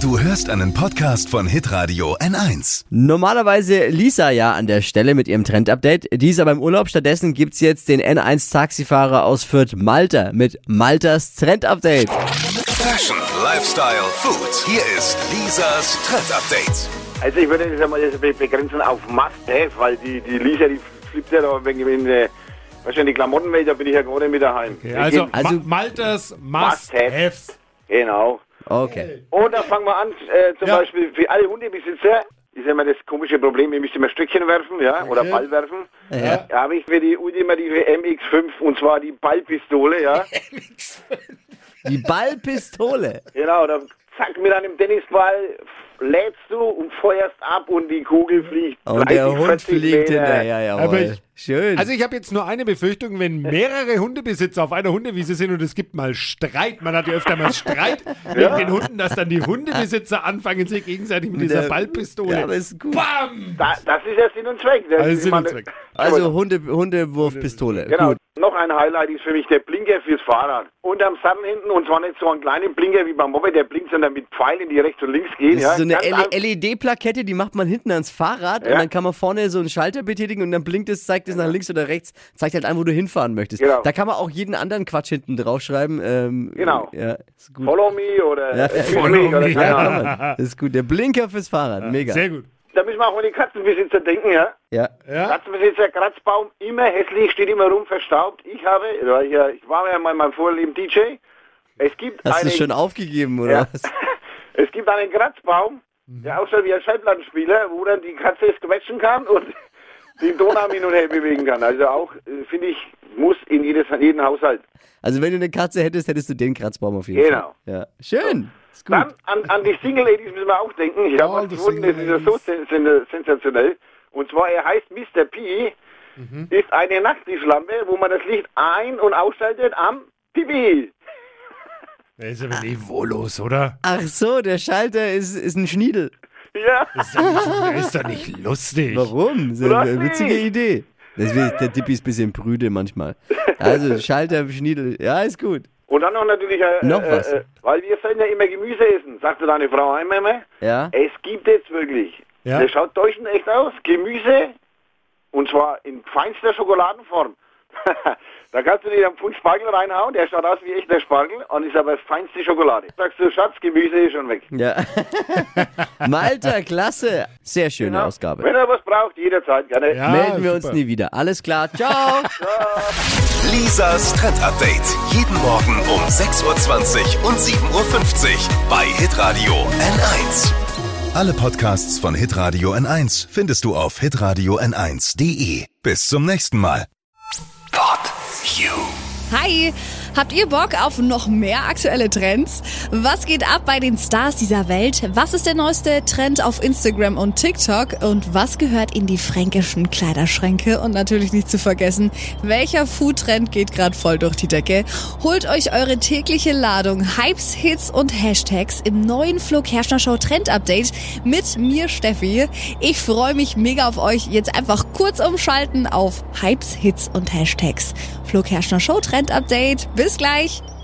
Du hörst einen Podcast von Hitradio N1. Normalerweise Lisa ja an der Stelle mit ihrem Trend-Update. Die ist aber im Urlaub. Stattdessen gibt's jetzt den N1-Taxifahrer aus Fürth, Malta, mit Maltas Trend-Update. Fashion, Lifestyle, Food. Hier ist Lisas Trend-Update. Also ich würde das einmal begrenzen auf Must-Have, weil die Lisa, die flippt ja da wegen wahrscheinlich die Klamottenwelt, da bin ich ja gerade mit daheim. Okay, also Maltas Must-Haves. Genau. Okay. Und dann fangen wir an, zum Beispiel für alle Hundebesitzer, ist ja immer das komische Problem, ihr müsst immer Stöckchen werfen, ja, oder Ball werfen. Ja. Da habe ich für die ultimative MX5, und zwar die Ballpistole, ja. Die Ballpistole. Genau, da zack, mit einem Tennisball lädst du und feuerst ab und die Kugel fliegt. Und der Hund fliegt hinterher, jawohl. Schön. Also ich habe jetzt nur eine Befürchtung, wenn mehrere Hundebesitzer auf einer Hundewiese sind und es gibt mal Streit, man hat ja öfter mal Streit mit den Hunden, dass dann die Hundebesitzer anfangen, sich gegenseitig mit dieser Ballpistole. Ja, aber ist gut. Bam! Das ist ja Sinn und Zweck. Also Hundewurfpistole. Genau. Gut. Noch ein Highlight ist für mich der Blinker fürs Fahrrad. Unterm Sattel hinten, und zwar nicht so ein kleiner Blinker wie beim Moped, der blinkt, sondern mit Pfeilen, die rechts und links gehen. Das ist so eine Ganz LED-Plakette, die macht man hinten ans Fahrrad und dann kann man vorne so einen Schalter betätigen und dann blinkt es, zeigt es nach links oder rechts, zeigt halt an, wo du hinfahren möchtest. Genau. Da kann man auch jeden anderen Quatsch hinten draufschreiben. Genau. Ja, ist gut. Follow me oder Follow me. oder keine Ja, Ahnung. kann man. Das ist gut. Der Blinker fürs Fahrrad. Mega. Sehr gut. Da müssen wir auch an die Katzenbesitzer denken, ja. Ja. Katzenbesitzer, Kratzbaum, immer hässlich, steht immer rum, verstaubt. Ich war ja mal in meinem Vorleben DJ. Es gibt Hast du einen, schon aufgegeben, oder Ja. was? Es gibt einen Kratzbaum, der ausschaut wie ein Schallplattenspieler, wo dann die Katze es quetschen kann und den Tonarm hin und her bewegen kann. Also auch, finde ich, muss in jeden Haushalt. Also wenn du eine Katze hättest, hättest du den Kratzbaum auf jeden Genau. Fall. Ja. Schön. Ist gut. Dann an die Single-Ladies müssen wir auch denken. Ich habe was gefunden, das ist ja so sensationell. Und zwar, er heißt Mr. P, ist eine Nachttischlampe, wo man das Licht ein- und ausschaltet am Pipi. Das ist aber niveaulos, oder? Ach so, der Schalter ist ein Schniedel. Ja. Das ist doch nicht lustig. Warum? Das ist Oder eine witzige nicht? Idee. Der Tippi ist ein bisschen prüde manchmal. Also Schalter, Schniedel, ja, ist gut. Und dann noch natürlich, Noch was? weil wir sollen ja immer Gemüse essen, sagte deine Frau einmal. Ja. Es gibt jetzt wirklich, Ja. der schaut täuschend echt aus, Gemüse, und zwar in feinster Schokoladenform. Da kannst du dir einen Pfund Spargel reinhauen, der schaut aus wie echter Spargel und ist aber feinste Schokolade. Sagst du, Schatz, Gemüse ist schon weg. Ja. Malta, klasse. Sehr schöne Genau. Ausgabe. Wenn er was braucht, jederzeit gerne. Ja, Melden wir uns super. nie wieder. Alles klar. Ciao. Lisas Trend-Update. Jeden Morgen um 6.20 Uhr und 7.50 Uhr bei Hitradio N1. Alle Podcasts von Hitradio N1 findest du auf hitradio n1.de. Bis zum nächsten Mal. Pod You. Hi, habt ihr Bock auf noch mehr aktuelle Trends? Was geht ab bei den Stars dieser Welt? Was ist der neueste Trend auf Instagram und TikTok? Und was gehört in die fränkischen Kleiderschränke? Und natürlich nicht zu vergessen, welcher Foodtrend geht gerade voll durch die Decke? Holt euch eure tägliche Ladung Hypes, Hits und Hashtags im neuen Flo Kerschner Show Trend Update mit mir, Steffi. Ich freue mich mega auf euch. Jetzt einfach kurz umschalten auf Hypes, Hits und Hashtags. Flo Kerschner Show Trend Update. Bis gleich.